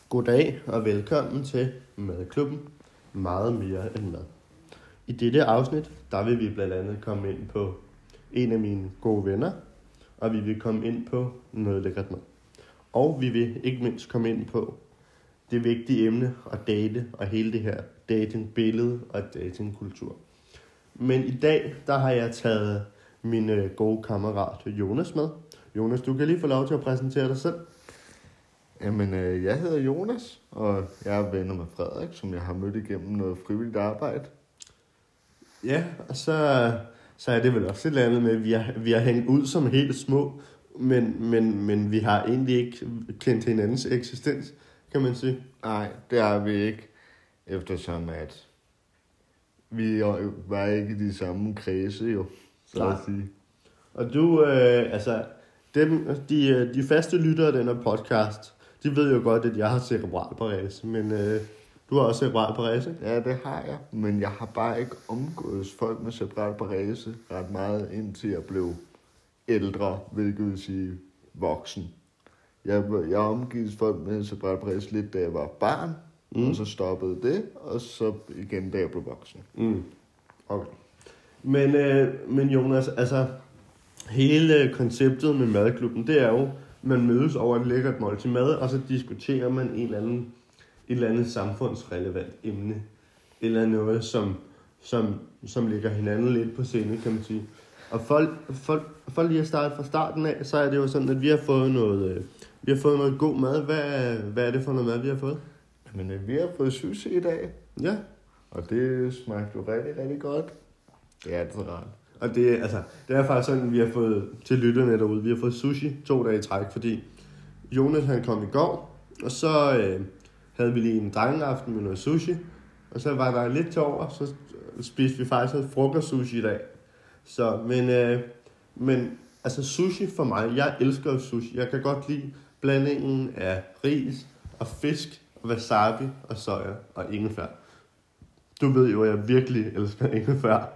Goddag og velkommen til Madklubben Meget mere end mad. I dette afsnit, der vil vi blandt andet komme ind på en af mine gode venner, og vi vil komme ind på noget lækkert mad. Og vi vil ikke mindst komme ind på det vigtige emne at date og hele det her datingbillede og datingkultur. Men i dag, der har jeg taget min gode kammerat Jonas med. Jonas, du kan lige få lov til at præsentere dig selv. Jamen, jeg hedder Jonas, og jeg er venner med Frederik, som jeg har mødt igennem noget frivilligt arbejde. Ja, og så er det vel også et eller andet med, at vi har hængt ud som helt små, men vi har egentlig ikke kendt hinandens eksistens, kan man sige. Nej, det har vi ikke, eftersom at vi var ikke i de samme kredse jo, så at sige. Og du, de faste lyttere af denne podcast, de ved jo godt, at jeg har cerebral parese, men du har også cerebral parese? Ja, det har jeg, men jeg har bare ikke omgået folk med cerebral parese ret meget, indtil jeg blev ældre, hvilket vil sige voksen. Jeg omgives folk med cerebral parese lidt, da jeg var barn, og så stoppede det, og så igen, da jeg blev voksen. Okay. Men Jonas, altså hele konceptet med madklubben, det er jo, man mødes over et lækkert måltid mad, og så diskuterer man et eller andet samfundsrelevant emne. Et eller andet noget, som ligger hinanden lidt på scenen, kan man sige. Og folk lige at starte fra starten af, så er det jo sådan, at vi har fået noget god mad. Hvad er det for noget mad, vi har fået? Men vi har fået sushi i dag. Ja. Og det smagte jo rigtig, rigtig godt. Det er altid rart. Og det er faktisk sådan, at vi har fået til lytterne derude, vi har fået sushi 2 dage i træk, fordi Jonas han kom i går, og så havde vi lige en drengeaften med noget sushi, og så var der lidt til over, så spiste vi faktisk noget frokostsushi i dag. Så, men altså sushi for mig, jeg elsker sushi, jeg kan godt lide blandingen af ris og fisk og wasabi og soja og ingefær. Du ved jo, at jeg virkelig elsker ingefær.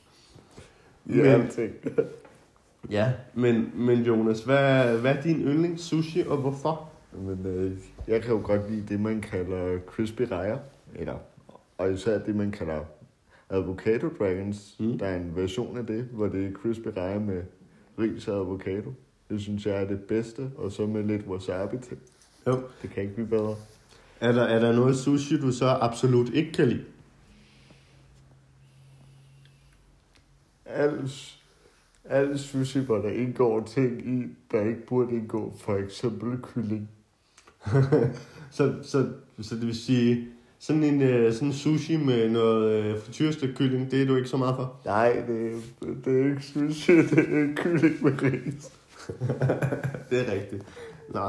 Men Jonas, hvad er din yndlings sushi, og hvorfor? Men jeg kan jo godt lide det, man kalder crispy rejer, og især det, man kalder avocado dragons. Der er en version af det, hvor det er crispy rejer med ris og avocado. Det synes jeg er det bedste, og så med lidt wasabi til. Jo. Det kan ikke blive bedre. Er der noget sushi, du så absolut ikke kan lide? Alt sushi, hvor der indgår ting i, der ikke burde indgå, for eksempel kylling. så det vil sige, sådan en sushi med noget frityrstet kylling, det er du ikke så meget for? Nej, det er ikke sushi, det er kylling med ris. Det er rigtigt. Nå,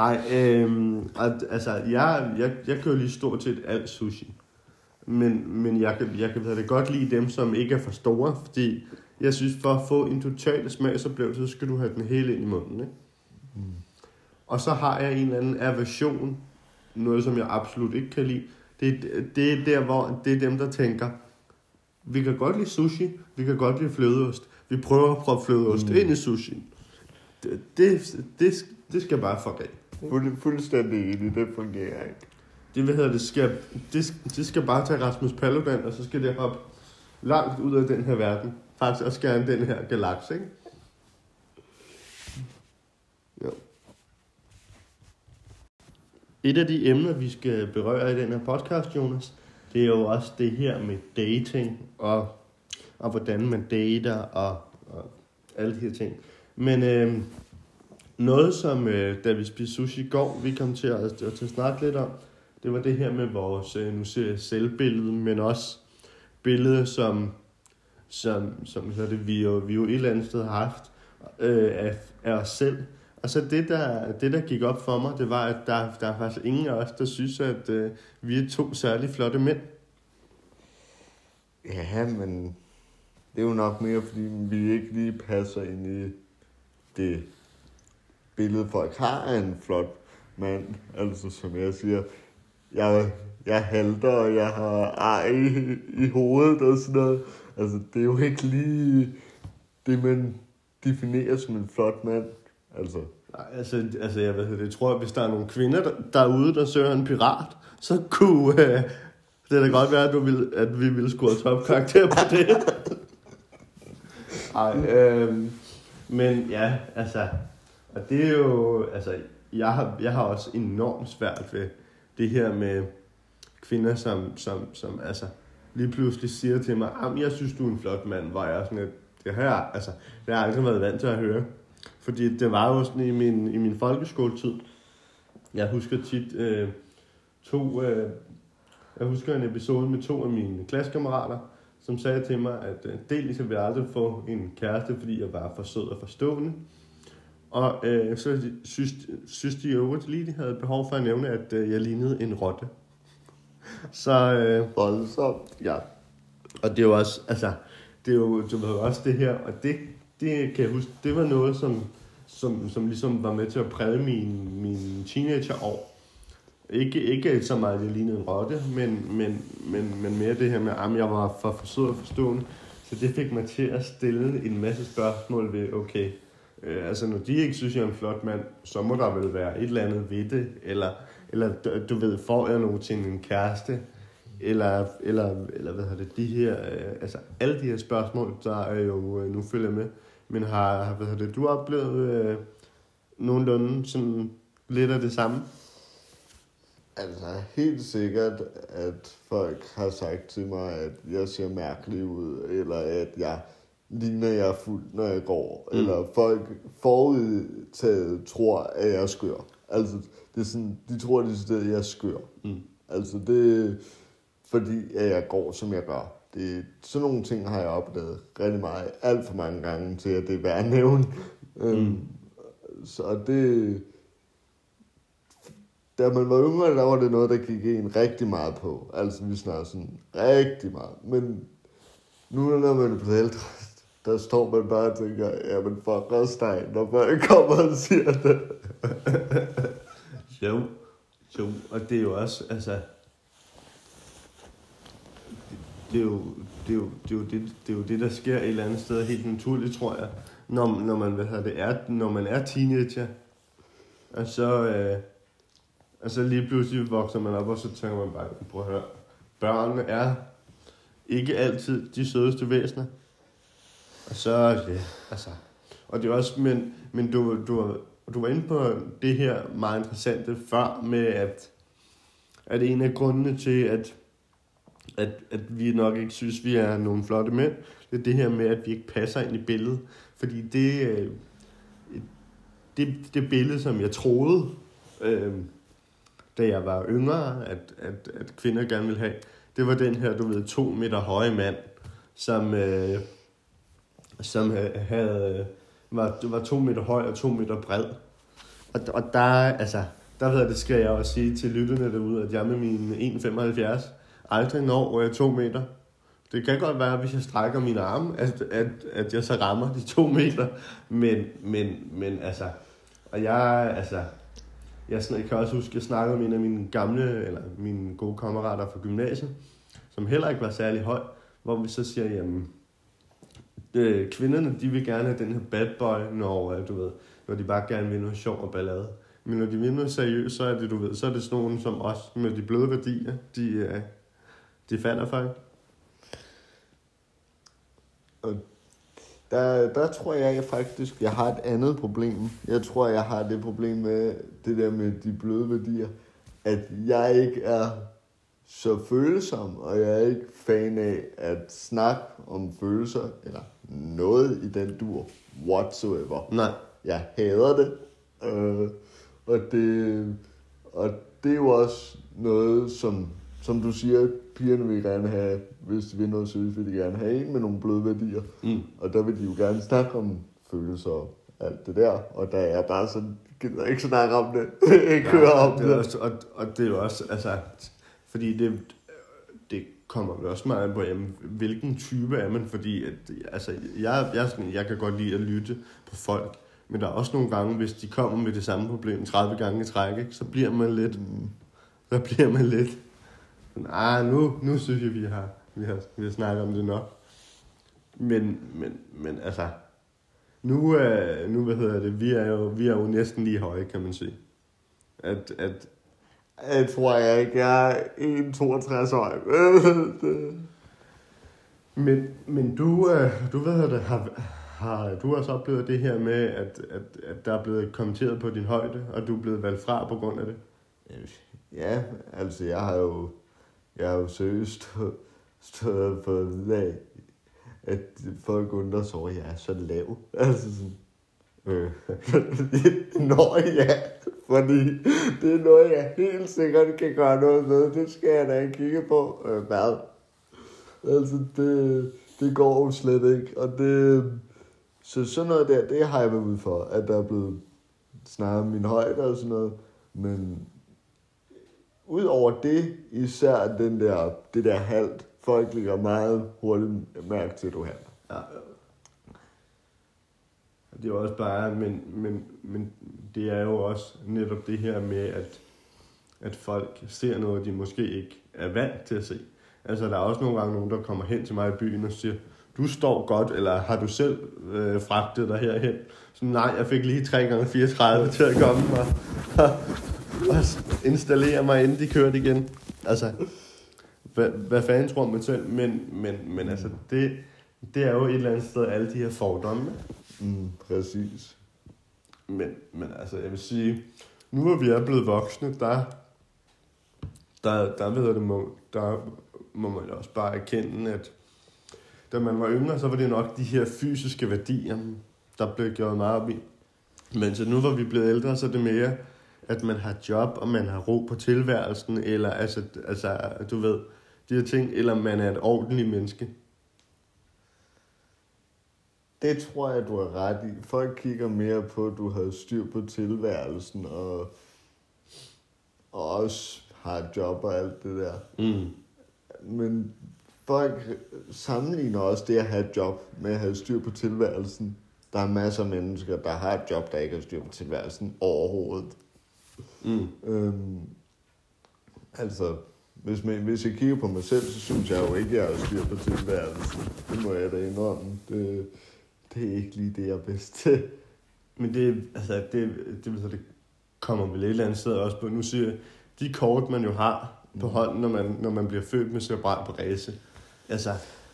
jeg kan jo lige stort set alt sushi. Men jeg kan det godt lide dem, som ikke er for store, fordi jeg synes, for at få en total smagsoplevelse, så skal du have den hele ind i munden, ikke? Og så har jeg en eller anden aversion, noget som jeg absolut ikke kan lide. Det er der, hvor det er dem, der tænker, vi kan godt lide sushi, vi kan godt lide flødeost. Vi prøver at proppe flødeost ind i sushi. Det skal bare fuck af. Fuldstændig enig, det fungerer ikke. Det skal bare tage Rasmus Paludan, og så skal det hoppe langt ud af den her verden. Faktisk også gerne den her galakse, ikke? Jo. Et af de emner, vi skal berøre i den her podcast, Jonas, det er jo også det her med dating, og hvordan man dater, og alle de her ting. Men noget som, da vi spiste sushi i går, vi kom til at snakke lidt om, det var det her med vores, nu ser jeg selvbillede, men også billede, som vi jo et eller andet sted har haft af os selv. Og så det der gik op for mig, det var, at der er faktisk ingen af os, der synes, at vi er 2 særlig flotte mænd. Ja, men det er jo nok mere, fordi vi ikke lige passer ind i det billede, folk har af en flot mand. Altså, som jeg siger, jeg halter, og jeg har ej i hovedet og sådan noget. Altså, det er jo ikke lige det, man definerer som en flot mand. Altså. Nej, altså jeg ved det. Jeg tror, at hvis der er nogle kvinder derude, der søger en pirat, så kunne det da godt være, at vi ville score topkarakter på det. Men ja, altså, og det er jo, altså, jeg har også enormt svært ved det her med kvinder, som altså, lige pludselig siger til mig, jeg synes, du er en flot mand, hvor jeg er sådan et, det har jeg aldrig været vant til at høre. Fordi det var jo sådan i min folkeskoletid. Jeg husker tit jeg husker en episode med 2 af mine klassekammerater, som sagde til mig, at dels jeg ville aldrig få en kæreste, fordi jeg var for sød og forstående. Og så synes de øvrigt lige, de havde behov for at nævne, at jeg lignede en rotte. Så voldsomt. Ja. Og det er jo også, altså, det er jo du ved også det her, og det kan jeg huske, det var noget, som ligesom var med til at præge mine teenagerår. Ikke så meget, at jeg lignede en rotte, men mere det her med, at jeg var for sød og forstående. Så det fik mig til at stille en masse spørgsmål ved, okay, altså når de ikke synes, jeg er en flot mand, så må der vel være et eller andet ved det, eller du ved, får jeg nogen til en kæreste, eller hvad hedder det, de her, altså alle de her spørgsmål, der er jo nu følger med. Men har hvad hedder det, du oplevet nogenlunde sådan lidt af det samme? Altså helt sikkert, at folk har sagt til mig, at jeg ser mærkelig ud, eller at jeg ligner, jeg er fuld, når jeg går, eller folk forudtaget tror, at jeg er skør. Altså, det er sådan, de tror, det er, at jeg er skør. Altså, det er fordi, at jeg går, som jeg gør. Sådan nogle ting har jeg oplevet rigtig meget, alt for mange gange, til at det er værd at nævne. Så det... Da man var yngre, der var det noget, der gik en rigtig meget på. Altså, vi snakker sådan rigtig meget. Men nu, når man er blevet ældre, der står man bare og tænker, jamen fuck os dig, når folk kommer og siger det. Jo, og det er jo også, altså... Det er jo det, der sker et eller andet sted helt naturligt, tror jeg, når man er teenager. Og så lige pludselig vokser man op, og så tænker man bare, prøv at høre, børn er ikke altid de sødeste væsener. Og så altså, og det er også, men du var inde på det her meget interessante før med, at en af grundene til, at vi nok ikke synes, vi er nogle flotte mænd, det er det her med, at vi ikke passer ind i billedet. Fordi det billede, som jeg troede, da jeg var yngre, at kvinder gerne ville have, det var den her, du ved, 2 meter høje mand, som var 2 meter høj og 2 meter bred. Og der skal jeg også sige til lytterne derude, at jeg med mine 1,75 aldrig når 2 meter. Det kan godt være, hvis jeg strækker mine arme, at jeg så rammer de 2 meter. Men altså, og jeg kan også huske, at jeg snakkede med en af mine gode kammerater fra gymnasiet, som heller ikke var særlig høj, hvor vi så siger, jamen, kvinderne, de vil gerne have den her bad boy, når de bare gerne vil noget sjov og ballade. Men når de vil noget seriøst, så er det, så er det sådan nogen som os, med de bløde værdier, de falder for. Og der tror jeg faktisk, jeg har et andet problem. Jeg tror, jeg har det problem med det der med de bløde værdier, at jeg ikke er så følsom, og jeg er ikke fan af at snakke om følelser, eller noget i den dur, whatsoever. Nej. Jeg hader det, og det er jo også noget, som du siger, pigerne vil gerne have, hvis de vil noget seriøst, vil de gerne have en med nogle bløde værdier. Og der vil de jo gerne snakke om følelser og alt det der. Og der er bare sådan, gider ikke snakke om det. Ikke høre om det. Også, og det er jo også, altså, fordi det kommer jo også meget på, jamen, hvilken type er man, fordi at, altså, jeg kan godt lide at lytte på folk, men der er også nogle gange, hvis de kommer med det samme problem 30 gange i træk, ikke, så bliver man lidt, nu synes jeg, vi har snakket om det nok. Men altså, Nu, hvad hedder det, vi er jo næsten lige høje, kan man sige. Jeg tror jeg ikke, jeg er 1,62 høj. Men du ved det, har du også oplevet det her med, at der er blevet kommenteret på din højde, og du er blevet valgt fra på grund af det? Ja, altså jeg har jo seriøst stået på det af, at folk undrer sig over, at jeg er så lav. Altså sådan, Nå ja, fordi det er noget, jeg helt sikkert kan gøre noget med. Det skal jeg da kigge på. Hvad? Altså, det går jo slet ikke. Og så sådan noget der, det har jeg været ude for, at der er blevet snakket om min højde og sådan noget. Men udover det, især det der halvt, folk lægger meget hurtigt mærke til, du handler. Ja. Det er jo også bare, men det er jo også netop det her med, at folk ser noget, de måske ikke er vant til at se. Altså, der er også nogle gange nogen, der kommer hen til mig i byen og siger, du står godt, eller har du selv fragtet dig herhen? Så nej, jeg fik lige 3x34 til at komme og installere mig, inden de kørte igen. Altså, hvad fanden tror man selv? Men altså, det er jo et eller andet sted alle de her fordomme. Præcis. Men altså, jeg vil sige, nu hvor vi er blevet voksne, der må man også bare erkende, at da man var yngre, så var det nok de her fysiske værdier, der blev gjort meget op i. Men så nu hvor vi er blevet ældre, så er det mere, at man har job, og man har ro på tilværelsen, eller altså du ved, de her ting, eller man er et ordentligt menneske. Det tror jeg, du har ret i. Folk kigger mere på, at du har styr på tilværelsen, og også har et job og alt det der. Men folk sammenligner også det at have et job med at have styr på tilværelsen. Der er masser af mennesker, der har et job, der ikke har styr på tilværelsen overhovedet. Altså, hvis jeg kigger på mig selv, så synes jeg jo ikke, at jeg har styr på tilværelsen. Det må jeg da indrømme. Det er ikke lige det, jeg er bedst til. Men det kommer vel et eller andet sted også på. Nu siger jeg, de kort, man jo har på hånden, når man bliver født med cerebral parese. Altså,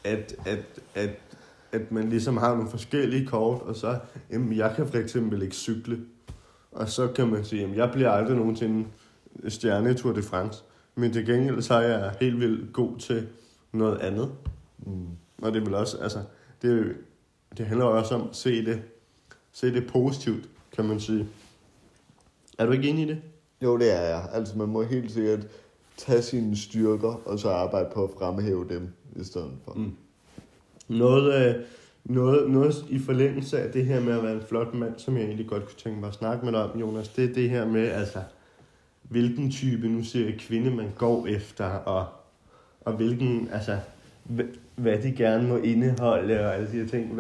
at man ligesom har nogle forskellige kort, og så, jamen, jeg kan for eksempel ikke cykle. Og så kan man sige, jamen, jeg bliver aldrig nogensinde stjerne i Tour de France. Men til gengæld, så er jeg helt vildt god til noget andet. Og det er vel også, altså, det handler også om at se det positivt, kan man sige. Er du ikke enig i det? Jo, det er jeg. Altså, man må helt sikkert tage sine styrker, og så arbejde på at fremhæve dem i stedet for. Noget i forlængelse af det her med at være en flot mand, som jeg egentlig godt kunne tænke mig at snakke med dig om, Jonas, det er det her med, altså, hvilken type, nu siger jeg, kvinde man går efter, og hvilken, altså, hvad de gerne må indeholde, og alle de her ting.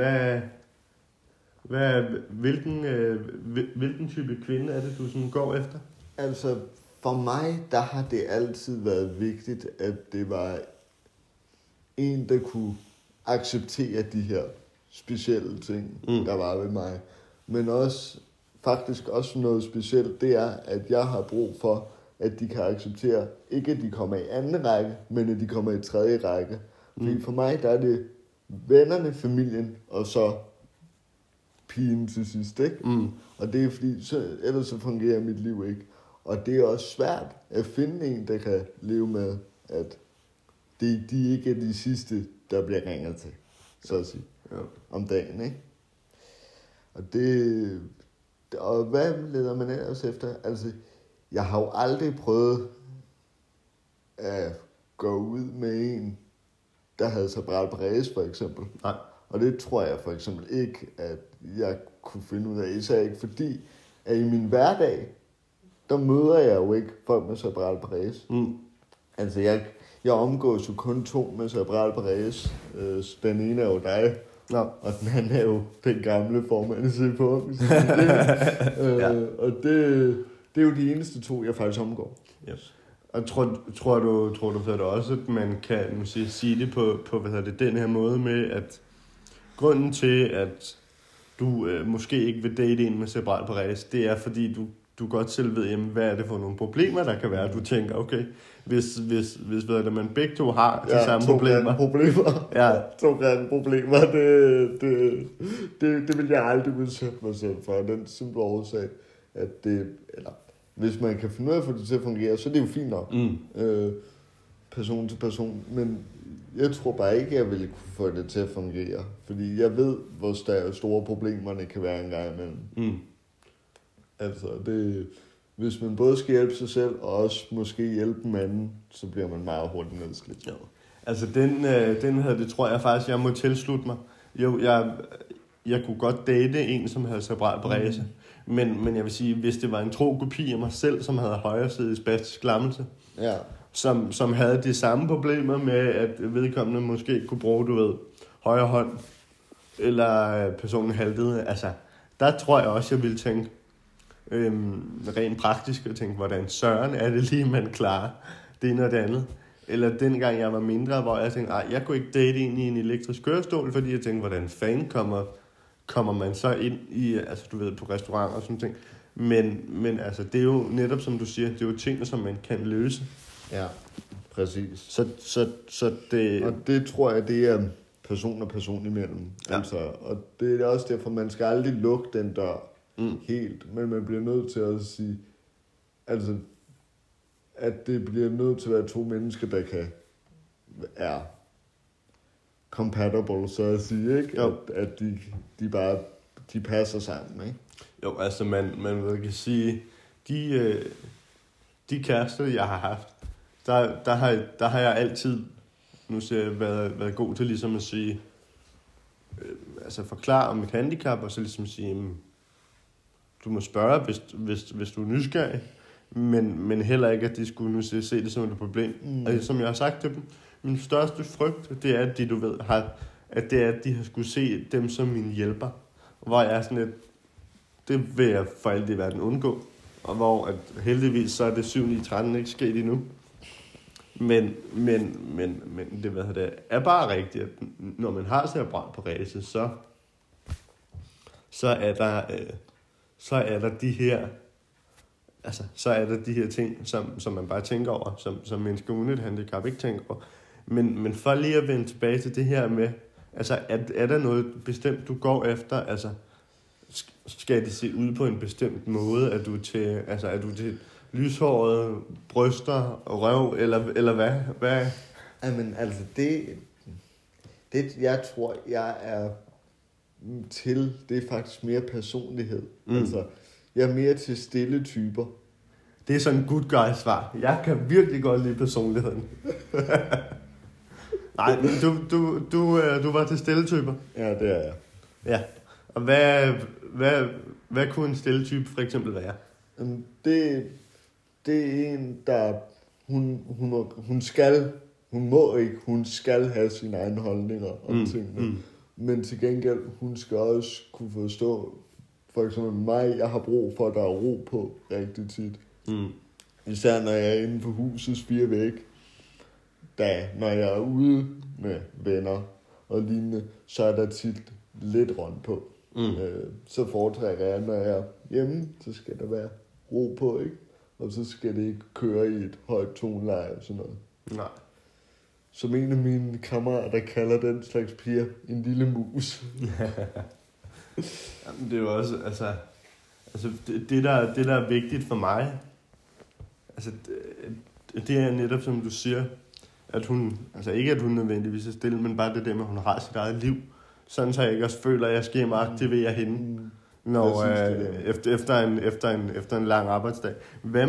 Hvilken type kvinde er det, du sådan går efter? Altså, for mig, der har det altid været vigtigt, at det var en, der kunne acceptere de her specielle ting, der var ved mig. Men også, faktisk også noget specielt, det er, at jeg har brug for, at de kan acceptere, ikke at de kommer i anden række, men at de kommer i tredje række. Fordi for mig, der er det vennerne, familien, og så pigen til sidst, ikke? Og det er fordi, ellers så fungerer mit liv ikke. Og det er også svært at finde en, der kan leve med, at de ikke er de sidste, der bliver ringet til, så at sige, om dagen, ikke? Og hvad leder man ellers efter? Altså, jeg har jo aldrig prøvet at gå ud med en, der havde cerebral parese, for eksempel. Nej. Og det tror jeg for eksempel ikke, at jeg kunne finde ud af. Især ikke fordi, at i min hverdag, der møder jeg jo ikke folk med cerebral parese. Altså, jeg omgås jo kun 2 med cerebral parese. Den ene er jo dig, og den anden er jo den gamle formand, se på. Og det er jo de eneste 2, jeg faktisk omgår. Yes. Og tror du så det også, at man kan sige det på den her måde med, at grunden til, du måske ikke vil date en med cerebral parese, det er fordi, du godt selv ved, jamen, hvad er det for nogle problemer, der kan være. Du tænker, okay, hvis man begge to har de samme problemer. To grænne problemer, det vil jeg aldrig udsætte mig selv for. Den simple årsag, at hvis man kan finde ud af at få det til at fungere, så er det jo fint nok. Person til person, men jeg tror bare ikke, at jeg ville kunne få det til at fungere, fordi jeg ved, hvor store problemerne kan være en gang imellem. Altså, hvis man både skal hjælpe sig selv, og også måske hjælpe den anden, så bliver man meget hurtigt nedslidt. Jo. Altså, det tror jeg faktisk, jeg må tilslutte mig. Jo, jeg kunne godt date en, som havde cerebral parese, men jeg vil sige, hvis det var en tro kopi af mig selv, som havde højresidig spastisk lammelse, som havde de samme problemer med, at vedkommende måske kunne bruge, højre hånd, eller personen haltede. Altså, der tror jeg også, jeg ville tænke, rent praktisk, og tænke, hvordan søren er det lige, man klarer det ene og det andet. Eller dengang jeg var mindre, hvor jeg tænkte, jeg kunne ikke date en i en elektrisk kørestol, fordi jeg tænkte, hvordan fanden kommer man så ind i, altså du ved, på restauranter og sådan ting. Men altså, det er jo netop, som du siger, det er jo ting, som man kan løse. Ja, præcis. Så det... Og det tror jeg, det er person og person imellem. Ja. Altså, og det er også derfor, man skal aldrig lukke den dør helt. Men man bliver nødt til at sige, altså, at det bliver nødt til at være to mennesker, der er compatible, så at sige, ikke? At de bare passer sammen, ikke? Jo, altså man kan sige, de kærester, jeg har haft, der har jeg altid, nu siger jeg, været god til ligesom at sige, altså forklare om et handicap, og så ligesom sige, du må spørge, hvis du er nysgerrig, men heller ikke, at de skulle nu se det som et problem. Og som jeg har sagt til dem, min største frygt, det er, at de, du ved, at de har skulle se dem som mine hjælper. Hvor jeg er sådan lidt, det vil jeg for alt i verden undgå. Og hvor at heldigvis så er det 7-9-13 ikke sket endnu. Men det er bare rigtigt, at når man har cerebral parese, så er der de her, altså så er der de her ting, som man bare tænker over, som mennesker uden et handicap ikke tænker over. Men for lige at vende tilbage til det her med, altså er der noget bestemt, du går efter, altså skal det se ud på en bestemt måde, er du til lyshåret, bryster, røv, eller hvad? Jamen, altså det jeg tror, jeg er til, det er faktisk mere personlighed. Altså, jeg er mere til stille typer. Det er sådan en good guy svar. Jeg kan virkelig godt lide personligheden. Nej, du var til stille typer. Ja, det er jeg. Ja, og hvad kunne en stille type for eksempel være? Det er en, der hun skal have sine egne holdninger om tingene. Men til gengæld, hun skal også kunne forstå, for eksempel mig, jeg har brug for, at der er ro på rigtig tit. Især når jeg er inde på husets 4 vægge. Når jeg er ude med venner og lignende, så er der tit lidt rundt på. Så foretrækker jeg, når jeg er hjemme, så skal der være ro på, ikke? Og så skal det ikke køre i et højt toneleje og sådan noget. Nej. Som en af mine kammerater kalder den slags piger en lille mus. Jamen, det er jo også, altså det der er vigtigt for mig, altså det er netop, som du siger, at hun, altså ikke at hun nødvendigvis er stille, men bare det der med, at hun har sit eget liv, sådan så jeg ikke også føler, at jeg skal aktivere hende, når, efter en lang arbejdsdag. Hvad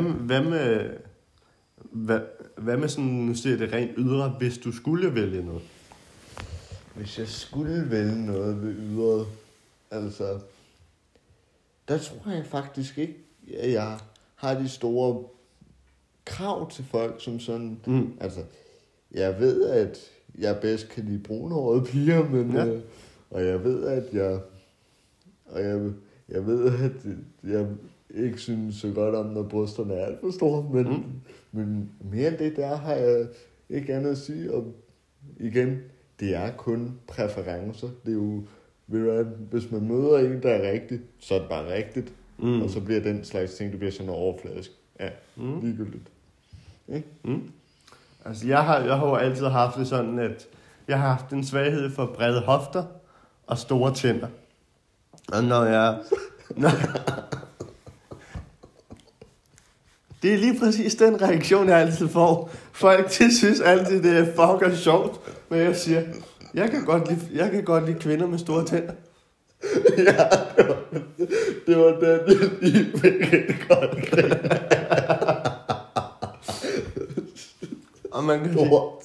med sådan, nu siger jeg det rent ydre, hvis du skulle vælge noget? Hvis jeg skulle vælge noget ved ydre, altså, der tror jeg faktisk ikke, at jeg har de store krav til folk som sådan. Altså, jeg ved, at jeg bedst kan lide brunhårede piger, men og jeg ved, at jeg ved, at jeg ikke synes så godt om, når brysterne er alt for store, men mere end det, der har jeg ikke andet at sige. Og igen, det er kun præferencer. Det er jo ved du hvad, hvis man møder en, der er rigtig, så er det bare rigtigt. Og så bliver den slags ting, det bliver sådan overfladisk. Ja, ligegyldigt. Altså, jeg har jo altid haft det sådan, at jeg har haft en svaghed for brede hofter og store tænder. Og når jeg... Det er lige præcis den reaktion, jeg altid får. Folk synes altid, det er fucking sjovt, når jeg siger, jeg kan godt lide kvinder med store tænder. Ja, det var den, jeg lige fik et godt grine. Og man kan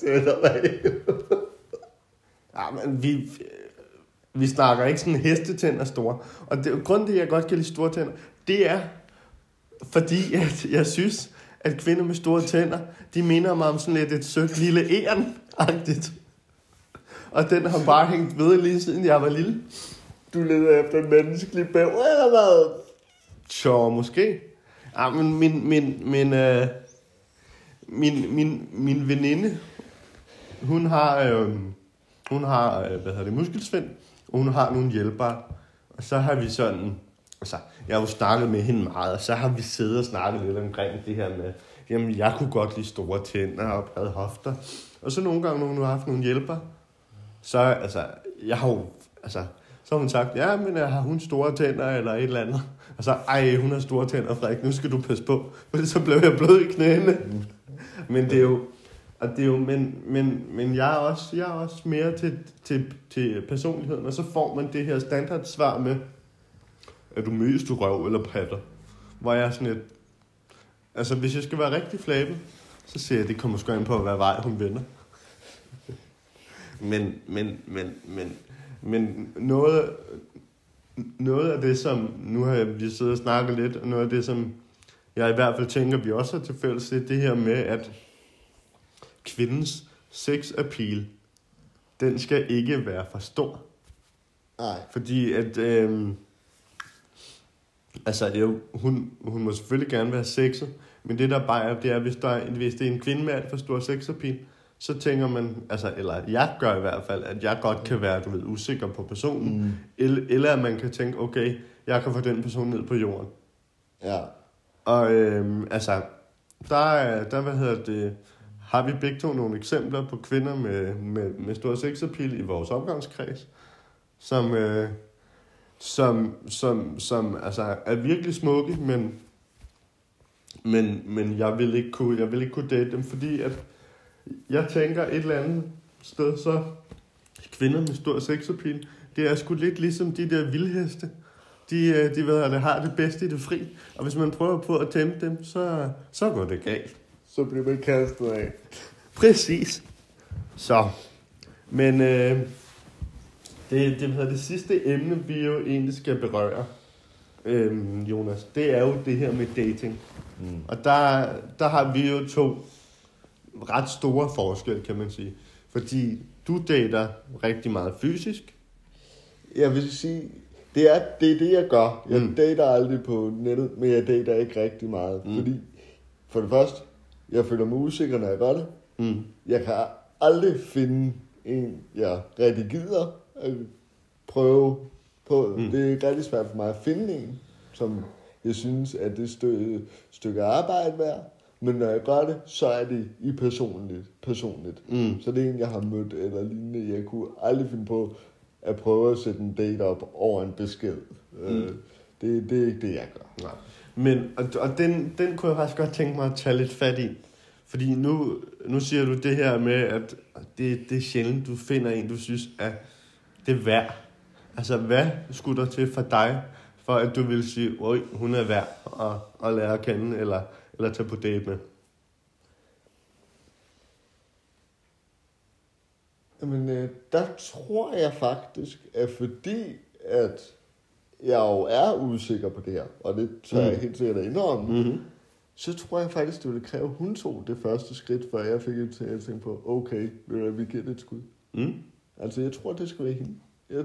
ja, men vi snakker ikke sådan hestetænder store. Og grunden til, at jeg godt kan lide store tænder, det er, fordi at jeg synes, at kvinder med store tænder, de minder mig om sådan lidt et sødt lille æren-agtigt. Og den har bare hængt ved lige siden jeg var lille. Du leder efter en menneskelig bæver, eller hvad? Så måske. Ja, men min veninde, hun har muskelsvind, og hun har nogle hjælpere. Og så har vi sådan, altså, jeg har jo snakket med hende meget, og så har vi siddet og snakket lidt omkring det her med, jamen, jeg kunne godt lide store tænder og brede hofter. Og så nogle gange, når hun har haft nogle hjælpere, så, altså, jeg har jo, altså, så har hun sagt, ja, men har hun store tænder eller et eller andet? Og så, hun har store tænder, Frederik, nu skal du passe på. For så blev jeg blød i knæene. Men det er jo, men jeg er også mere til personligheden, og så får man det her standardsvar med, er du mest du røv eller patter? Hvor jeg er sådan et, altså hvis jeg skal være rigtig flabet, så siger jeg, det kommer sgu ind på, hvad vej hun vender. Men noget af det, som nu har vi siddet og snakket lidt, og noget af det, som jeg i hvert fald tænker, vi også har til fælles, det her med, at kvindens sex appeal, den skal ikke være for stor. Nej. Fordi at, hun må selvfølgelig gerne være sexet, men det der bare er, det er, hvis det er en kvinde med alt for stor sex appeal, så tænker man, altså, eller jeg gør i hvert fald, at jeg godt kan være, usikker på personen, eller at man kan tænke, okay, jeg kan få den person ned på jorden. Ja. Og har vi begge to nogle eksempler på kvinder med stor sexappeal i vores omgangskreds, som altså er virkelig smukke, men jeg vil ikke kunne date dem, fordi at jeg tænker et eller andet sted, så kvinder med stor sexappeal, det er sgu lidt ligesom de der vildheste. De har det bedste i det fri. Og hvis man prøver på at tæmme dem, så går det galt. Så bliver man kastet af. Præcis. Så. Men det sidste emne, vi jo egentlig skal berøre, Jonas, det er jo det her med dating. Og der har vi jo to ret store forskelle, kan man sige. Fordi du dater rigtig meget fysisk. Jeg vil sige, det er det, jeg gør. Jeg dater aldrig på nettet, men jeg dater ikke rigtig meget. Fordi, for det første, jeg føler mig usikker, når jeg gør det. Jeg kan aldrig finde en, jeg rigtig gider at prøve på. Det er rigtig svært for mig at finde en, som jeg synes, at det stykke arbejde værd. Men når jeg gør det, så er det i personligt. Så det er en, jeg har mødt eller lignende. Jeg kunne aldrig finde på at prøve at sætte en date op over en besked. Det er ikke det, jeg gør. Nej. Men, og den kunne jeg faktisk godt tænke mig at tage lidt fat i. Fordi nu siger du det her med, at det er sjældent, du finder en, du synes, at det er værd. Altså, hvad skulle der til for dig, for at du vil sige, hun er værd at lære at kende, eller tage på date med? Jamen, der tror jeg faktisk, at fordi at jeg jo er usikker på det her, og det tør jeg helt sikkert indrømme, så tror jeg faktisk, det ville kræve, at hun tog det første skridt, før jeg fik et til at tænke på, okay, vi giver det et skud. Altså, jeg tror, det skal være hende.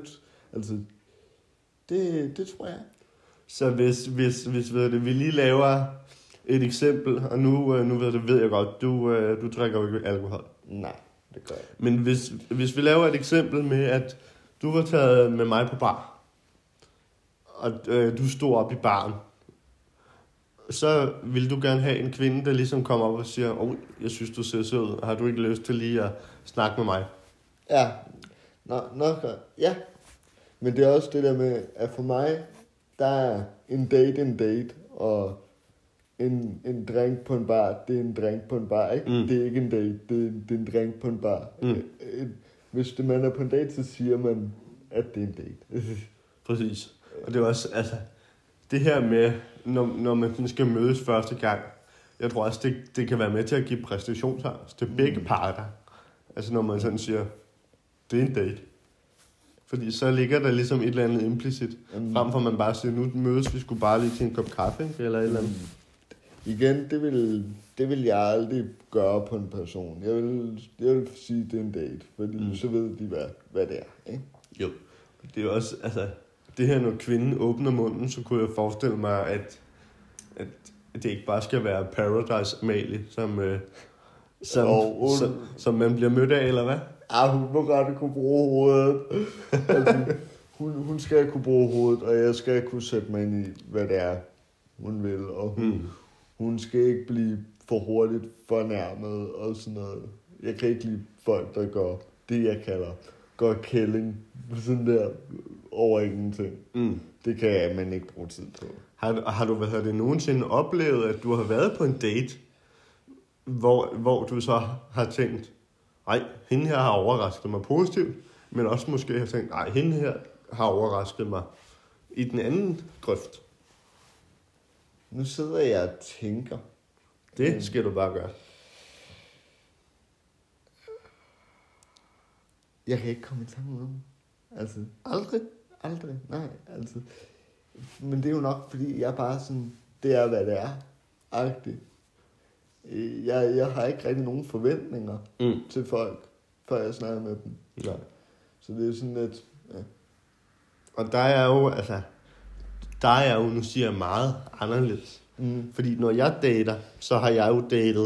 Det tror jeg. Så hvis vi lige laver et eksempel, og nu ved jeg godt, du drikker jo ikke alkohol. Nej, det gør jeg. Men hvis vi laver et eksempel med, at du var taget med mig på bar, og du stod op i baren, så vil du gerne have en kvinde, der ligesom kommer op og siger, jeg synes, du ser sød ud, har du ikke lyst til lige at snakke med mig? Ja, nok, ja. Men det er også det der med, at for mig, der er en date, og en drink på en bar, det er en drink på en bar, ikke? Det er ikke en date, det er en drink på en bar. Hvis man er på en date, så siger man, at det er en date. Præcis. Og det er også, altså, det her med, når man skal mødes første gang, jeg tror også, det kan være med til at give præstationsangst til begge parter. Altså når man sådan siger, det er en date. Fordi så ligger der ligesom et eller andet implicit, frem for man bare siger, nu mødes vi skulle bare lige til en kop kaffe, ikke? Eller et eller andet. Igen, det vil jeg aldrig gøre på en person. Jeg vil sige, det er en date, fordi så ved de, hvad det er, ikke? Jo, det er jo også, altså, det her, når kvinden åbner munden, så kunne jeg forestille mig, at det ikke bare skal være Paradise Amalie, som man bliver mødt af, eller hvad? Hun må godt kunne bruge hovedet. Altså, hun skal kunne bruge hovedet, og jeg skal kunne sætte mig ind i, hvad det er, hun vil. Og hun skal ikke blive for hurtigt fornærmet og sådan noget. Jeg kan ikke lide folk, der går det, jeg kalder, går kælling. Sådan der over ingenting. Det kan man ikke bruge tid på. Har du nogensinde oplevet, at du har været på en date, hvor du så har tænkt, nej, hende her har overrasket mig positivt, men også måske har tænkt, nej, hende her har overrasket mig i den anden grøft? Nu sidder jeg og tænker. Det skal du bare gøre. Jeg kan ikke komme i tanke om. Altså, aldrig, nej, altså. Men det er jo nok, fordi jeg bare sådan, det er, hvad det er, agtigt. Jeg har ikke rigtig nogen forventninger til folk, før jeg snakker med dem. Ja. Så det er sådan lidt, ja. Og der er jo, nu siger jeg, meget anderledes. Fordi når jeg dater, så har jeg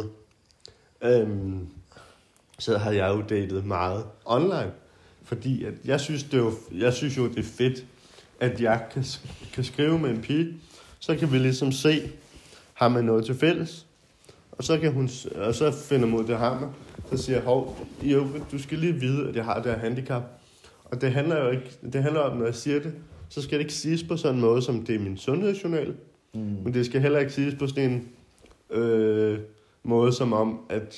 jo datet meget online. Fordi at jeg synes jo, det er fedt, at jeg kan skrive med en pige, så kan vi ligesom se, har man noget til fælles. Og så finder mod det hammer, så siger jeg, du skal lige vide, at jeg har det her handicap. Og det handler om, når jeg siger det, så skal det ikke siges på sådan en måde, som det er min sundhedsjournal. Men det skal heller ikke siges på sådan en måde, som om,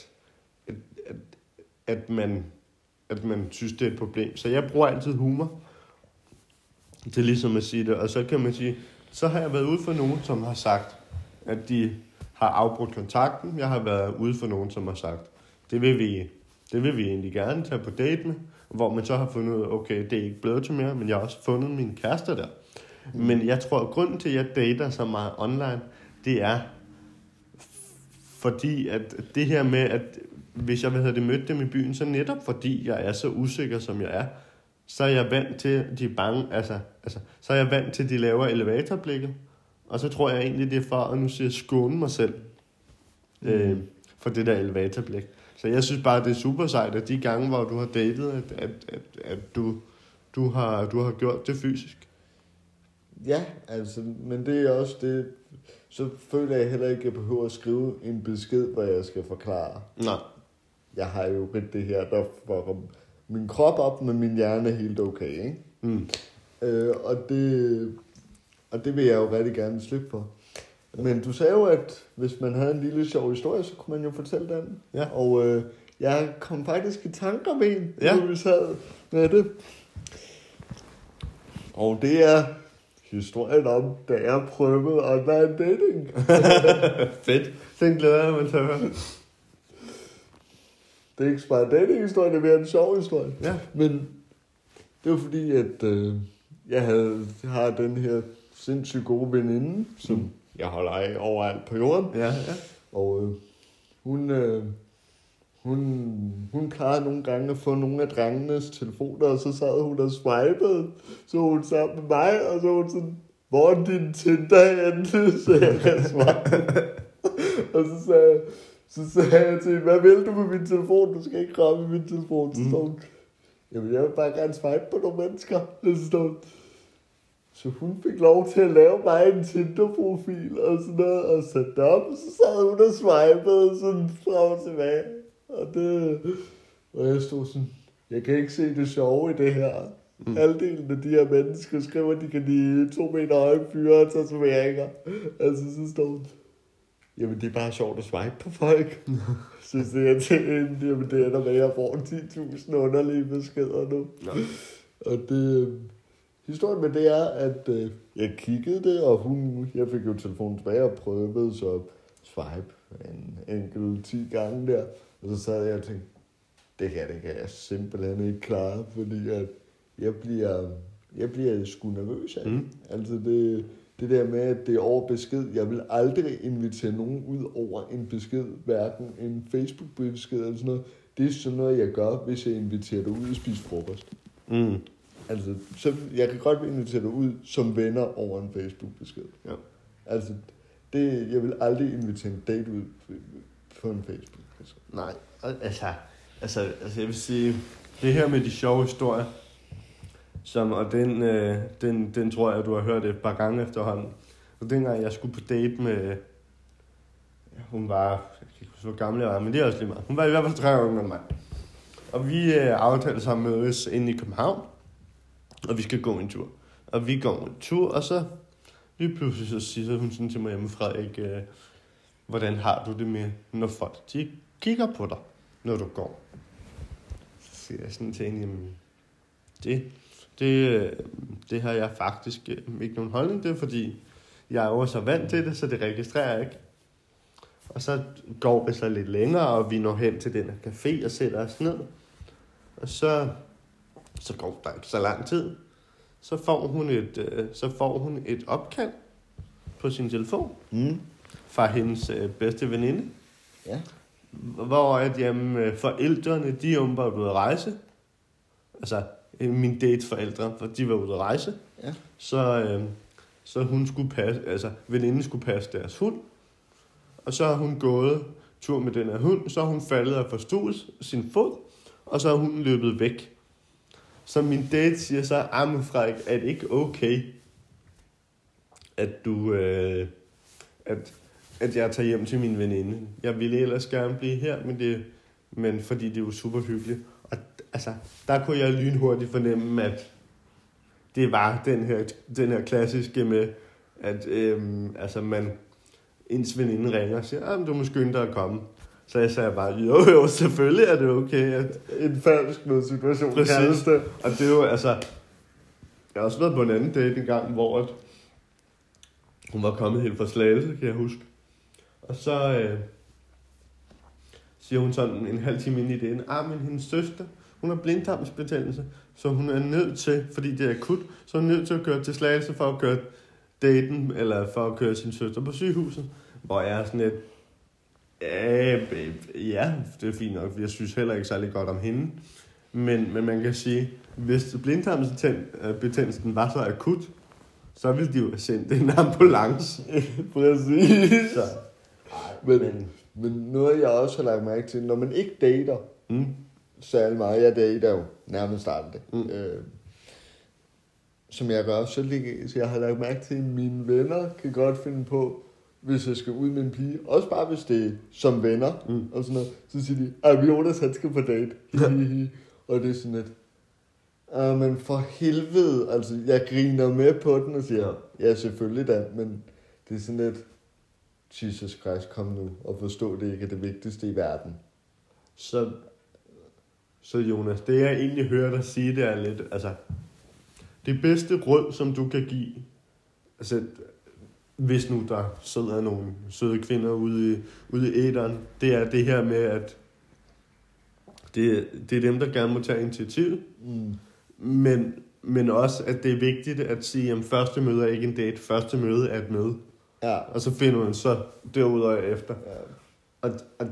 at man synes, det er et problem. Så jeg bruger altid humor til ligesom at sige det. Og så kan man sige, så har jeg været ude for nogen, som har sagt, at de har afbrudt kontakten. Jeg har været ude for nogen, som har sagt, det vil vi egentlig gerne tage på date med. Hvor man så har fundet ud af, okay, det er ikke blevet til mere, men jeg har også fundet mine kærester der. Men jeg tror, at grunden til, at jeg dater så meget online, det er, fordi at det her med, at hvis jeg mødte dem i byen, så netop fordi jeg er så usikker, som jeg er, så er jeg vant til, de bange, så er jeg vant til, de laver elevatorblikket. Og så tror jeg egentlig, det er for at nu siger skåne mig selv for det der elevatorblik. Så jeg synes bare, det er super sejt, at de gange, hvor du har datet, at du har gjort det fysisk. Ja, altså, men det er også det, så føler jeg heller ikke, at jeg behøver at skrive en besked, hvor jeg skal forklare. Nej. Jeg har jo rigtig det her, der får min krop op, men min hjerne er helt okay, ikke? Og det vil jeg jo rigtig gerne slippe for. Men du sagde jo, at hvis man havde en lille sjov historie, så kunne man jo fortælle den. Ja. Og jeg kom faktisk i tanker om en, når vi sad med det. Og det er historien om, da jeg prøvede online dating. Fedt. Den glæder jeg mig til at høre. Det er ikke bare en dating-historie, det er mere en sjov historie. Ja. Men det var fordi, at jeg har den her sindssygt gode veninde, som jeg holder af overalt på jorden. Ja. Og hun plejede nogle gange at få nogle af drengenes telefoner, og så sad hun og swipede. Så hun sammen med mig, og så hun sådan, hvor er din Tinder henne? Så jeg kan swipe. Og så sagde jeg til hende, hvad vil du med min telefon? Du skal ikke ramme min telefon. Så Jamen, jeg vil bare gerne swipe på nogle mennesker. Så hun fik lov til at lave mig en Tinder-profil og sådan noget, og sætte det op, og så sad hun og swipede sådan frem og tilbage. Og jeg stod sådan, jeg kan ikke se det sjove i det her. Halvdelen af de her mennesker skriver, at de kan lide 2 meter høje fyre og tatoveringer. Altså, så står hun, jamen, det er bare sjovt at swipe på folk. Så siger jeg til hende, jamen, det ender med, at jeg får 10.000 underlige beskeder nu. Ja. Og det... Historien med det er, at jeg kiggede det, og jeg fik jo telefonen tilbage og prøvede så swipe en enkelt 10 gange der. Og så sad jeg og tænkte, det kan jeg simpelthen ikke klare, fordi at jeg bliver sgu nervøs af. Altså det der med, at det er over besked. Jeg vil aldrig invitere nogen ud over en besked, hverken en Facebook-besked eller sådan noget. Det er sådan noget, jeg gør, hvis jeg inviterer dig ud og spise frokost. Altså, så jeg kan godt invitere dig ud som venner over en Facebook-besked. Ja. Altså, jeg vil aldrig invitere en date ud på en Facebook-besked. Nej, altså, jeg vil sige, det her med de sjove historier, og den tror jeg, du har hørt et par gange efterhånden. Og dengang jeg skulle på date med, hun var, jeg kan ikke huske, hvor gammel jeg var, men det er også lige meget. Hun var i hvert fald 3 år yngre end mig. Og vi aftalte sammen med os inde i København, og vi skal gå en tur. Og vi går en tur, og så lige pludselig så siger hun sådan til mig, jamen Frederik, hvordan har du det med, når folk de kigger på dig, når du går? Så siger jeg sådan til hende, jamen det har jeg faktisk ikke nogen holdning til, fordi jeg er jo så vant til det, så det registrerer jeg ikke. Og så går vi så lidt længere, og vi når hen til den her café og sætter os ned. Og så går der ikke så lang tid. Så får hun et opkald på sin telefon fra hendes bedste veninde. Ja. Hvor forældrene, de er åbenbart ude at rejse. Altså min dates forældre, for de var ude at rejse. Ja. Så hun skulle passe, veninden skulle passe deres hund. Og så har hun gået tur med den her hund, så har hun faldet og forstuet sin fod, og så har hun løbet væk. Så min date siger så, men Frederik, er det ikke okay, at du, at jeg tager hjem til min veninde? Jeg ville ellers gerne blive her, men fordi det er jo super hyggeligt. Og altså, der kunne jeg lynhurtigt fornemme, at det var den her klassiske med, at ens veninde ringer og siger, du må skynde dig at komme. Så jeg sagde bare, jo, selvfølgelig er det okay. At en falsk nødsituation kaldes det. Og det er jo, jeg har også været på en anden date en gang, hvor hun var kommet helt fra Slagelse, kan jeg huske. Og så siger hun sådan en halv time ind i det, men hendes søster, hun har blindtarmsbetændelse, så hun er nødt til, fordi det er akut, så hun er nødt til at køre til Slagelse for at køre daten, eller for at køre sin søster på sygehuset. Hvor jeg er sådan lidt, ja, det er fint nok, jeg synes heller ikke særlig godt om hende. Men man kan sige, hvis blindtarmsbetændelsen var så akut, så ville de jo have sendt en ambulance. Præcis. Så. Men noget, jeg også har lagt mærke til, når man ikke dater, særlig meget, jeg dater jo nærmest aldrig, som jeg gør, så jeg har lagt mærke til, at mine venner kan godt finde på, hvis jeg skal ud med en pige, også bare hvis det er som venner, og sådan noget, så siger de, Jonas, han skal på date. Og det er sådan lidt, men for helvede, altså, jeg griner med på den og siger, ja, selvfølgelig da, men det er sådan lidt, Jesus Christ, kom nu, og forstå det ikke er det vigtigste i verden. Så Jonas, det jeg egentlig hører dig sige, det er lidt, det bedste råd, som du kan give, hvis nu der sidder nogle søde kvinder ude i æteren, det er det her med, at det er dem, der gerne må tage initiativ, men også, at det er vigtigt at sige, at første møde er ikke en date, første møde er et møde. Ja. Og så finder man så derudover efter. Ja. Og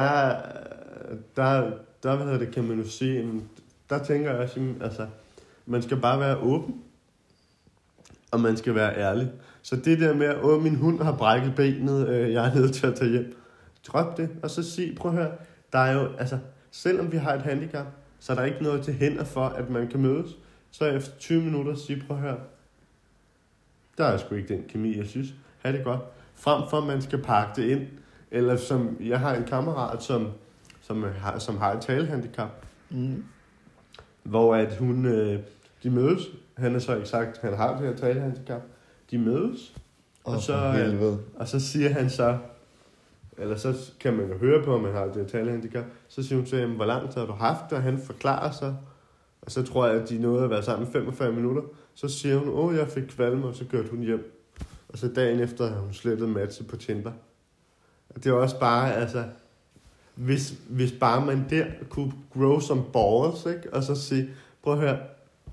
der kan man jo sige, der tænker jeg også, man skal bare være åben, og man skal være ærlig. Så det der med, min hund har brækket benet, jeg er nødt til at tage hjem. Drop det, og så sig, prøv at høre, der er jo, selvom vi har et handicap, så er der ikke noget til hænder for, at man kan mødes. Så efter 20 minutter sige, prøv at høre, der er sgu ikke den kemi, jeg synes. Ha' det godt. Frem for, at man skal pakke det ind. Eller som, jeg har en kammerat, som har et talehandicap. Hvor at hun, de mødes. Han har så ikke sagt, at han har det her talehandicap. De mødes. Og så siger han så, eller så kan man jo høre på, om man har det her talehandicap. Så siger hun så, hvor lang tid har du haft det? Og han forklarer sig. Og så tror jeg, at de nåede at være sammen 45 minutter. Så siger hun, jeg fik kvalme, og så kørte hun hjem. Og så dagen efter har hun slettet matche på Tinder. Og det er også bare, altså, hvis bare man der kunne grow some balls, ikke? Og så sige, prøv at høre,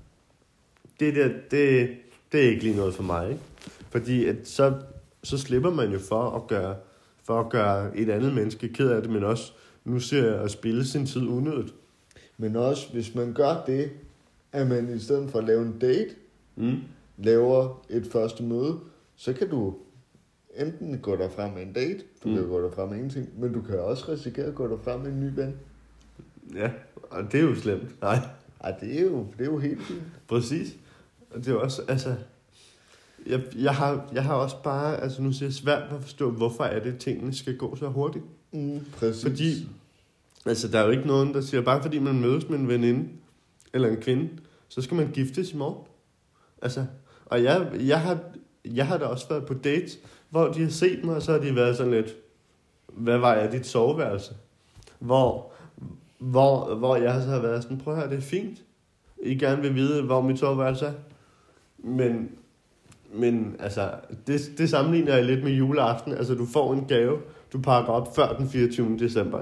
det er ikke lige noget for mig, ikke? Fordi at så slipper man jo for at gøre et andet menneske ked af det, men også nu ser jeg at spille sin tid unødigt. Men også, hvis man gør det, at man i stedet for at lave en date, laver et første møde, så kan du enten gå derfra med en date, du kan gå derfra med ingenting, men du kan også risikere at gå derfra med en ny ven. Ja, og det er jo slemt. Nej. Ej, det er jo helt fint. Præcis. Og det er også, altså, jeg har også bare, altså nu siger jeg svært at forstå, hvorfor er det, tingene skal gå så hurtigt. Præcis. Fordi, altså der er jo ikke nogen, der siger, bare fordi man mødes med en veninde, eller en kvinde, så skal man giftes i morgen. Altså, og jeg har da også været på dates, hvor de har set mig, og så har de været sådan lidt, hvad var jeg, dit soveværelse? Hvor jeg så har været sådan, prøv at høre, det er fint. I gerne vil vide, hvor mit soveværelse er. Men altså, det sammenligner jeg lidt med juleaften. Altså, du får en gave, du pakker op før den 24. december.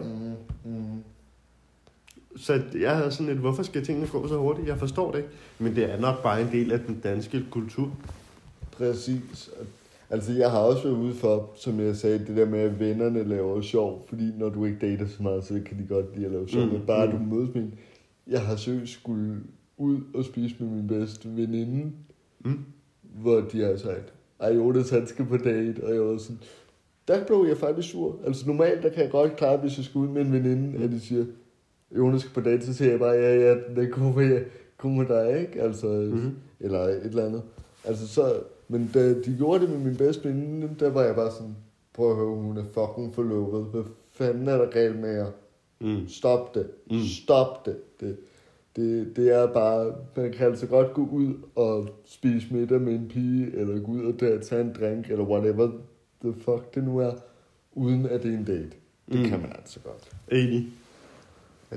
Så jeg havde sådan lidt, hvorfor skal tingene gå så hurtigt? Jeg forstår det ikke. Men det er nok bare en del af den danske kultur. Præcis. Altså, jeg har også været ude for, som jeg sagde, det der med, at vennerne laver sjov. Fordi når du ikke dater så meget, så kan de godt lide at lave sjov. Men bare du mødes med en. Jeg har seriøst skulle ud og spise med min bedste veninde. Hvor de har sagt, Jonas han skal på date. Og jeg var sådan, der blev jeg faktisk sur. Altså normalt, der kan jeg godt klare, hvis jeg skal ud med en veninde, at de siger, Jonas skal på date, så siger jeg bare, ja, det kommer med dig, ikke? Altså, eller et eller andet. Altså så, men da de gjorde det med min bedste veninde, der var jeg bare sådan, prøv at høre, hun er fucking forlovet. Hvad fanden er der galt med jer? Stop det. Stop det. Det er bare, man kan altså godt gå ud og spise middag med en pige, eller gå ud og tage en drink, eller whatever the fuck det nu er, uden at det er en date. Det kan man altså godt. Enig. Ja,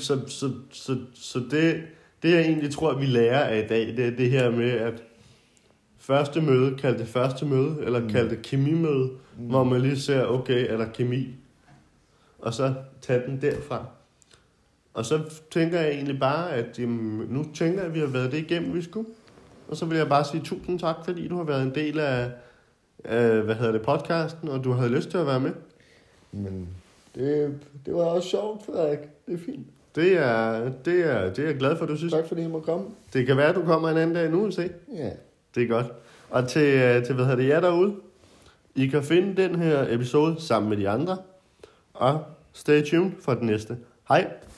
det jeg egentlig tror, vi lærer af i dag, det er det her med, at første møde, kald det første møde, eller kald det kemimøde, hvor man lige ser, okay, er der kemi? Og så tage den derfra. Og så tænker jeg egentlig bare, at nu tænker jeg, at vi har været det igennem, vi skulle. Og så vil jeg bare sige tusind tak, fordi du har været en del af podcasten, og du havde lyst til at være med. Men det var også sjovt, Frederik. Det er fint. Det er jeg glad for, at du synes. Tak fordi I må komme. Det kan være, at du kommer en anden dag nu, se. Ja. Det er godt. Og til jer derude, I kan finde den her episode sammen med de andre. Og stay tuned for den næste. Hej.